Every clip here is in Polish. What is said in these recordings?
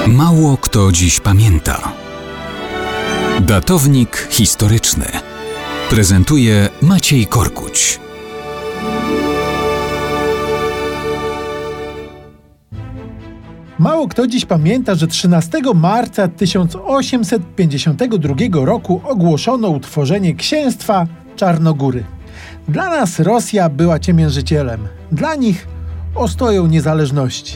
Mało kto dziś pamięta. Datownik historyczny prezentuje Maciej Korkuć. Mało kto dziś pamięta, że 13 marca 1852 roku ogłoszono utworzenie księstwa Czarnogóry. Dla nas Rosja była ciemiężycielem, dla nich ostoją niezależności.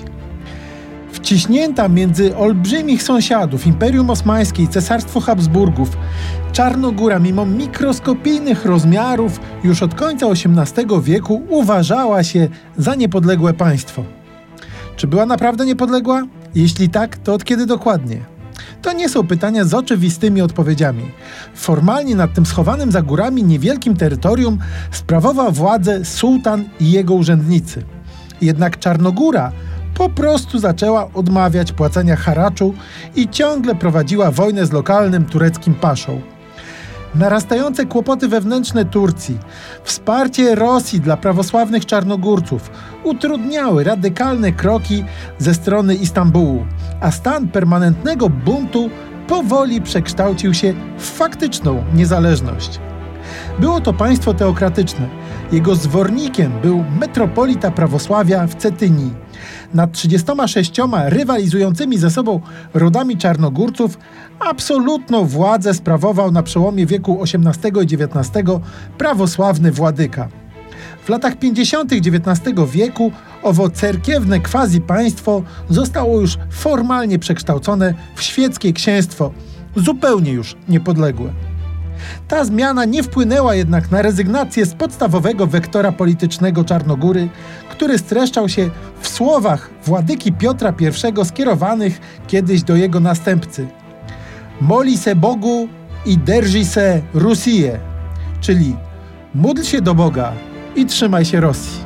Wciśnięta między olbrzymich sąsiadów Imperium Osmańskie i Cesarstwo Habsburgów, Czarnogóra mimo mikroskopijnych rozmiarów już od końca XVIII wieku uważała się za niepodległe państwo. Czy była naprawdę niepodległa? Jeśli tak, to od kiedy dokładnie? To nie są pytania z oczywistymi odpowiedziami. Formalnie nad tym schowanym za górami niewielkim terytorium sprawował władzę sułtan i jego urzędnicy. Jednak Czarnogóra po prostu zaczęła odmawiać płacenia haraczu i ciągle prowadziła wojnę z lokalnym tureckim paszą. Narastające kłopoty wewnętrzne Turcji, wsparcie Rosji dla prawosławnych Czarnogórców utrudniały radykalne kroki ze strony Istambułu, a stan permanentnego buntu powoli przekształcił się w faktyczną niezależność. Było to państwo teokratyczne. Jego zwornikiem był metropolita prawosławia w Cetynii. Nad 36 rywalizującymi ze sobą rodami Czarnogórców absolutną władzę sprawował na przełomie wieku XVIII i XIX prawosławny władyka. W latach 50. XIX wieku owo cerkiewne quasi-państwo zostało już formalnie przekształcone w świeckie księstwo, zupełnie już niepodległe. Ta zmiana nie wpłynęła jednak na rezygnację z podstawowego wektora politycznego Czarnogóry, który streszczał się w słowach władyki Piotra I skierowanych kiedyś do jego następcy: "Moli se Bogu i derży se Rusiję", czyli módl się do Boga i trzymaj się Rosji.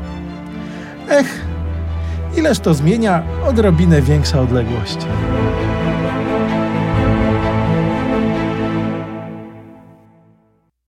Ileż to zmienia odrobinę większa odległość.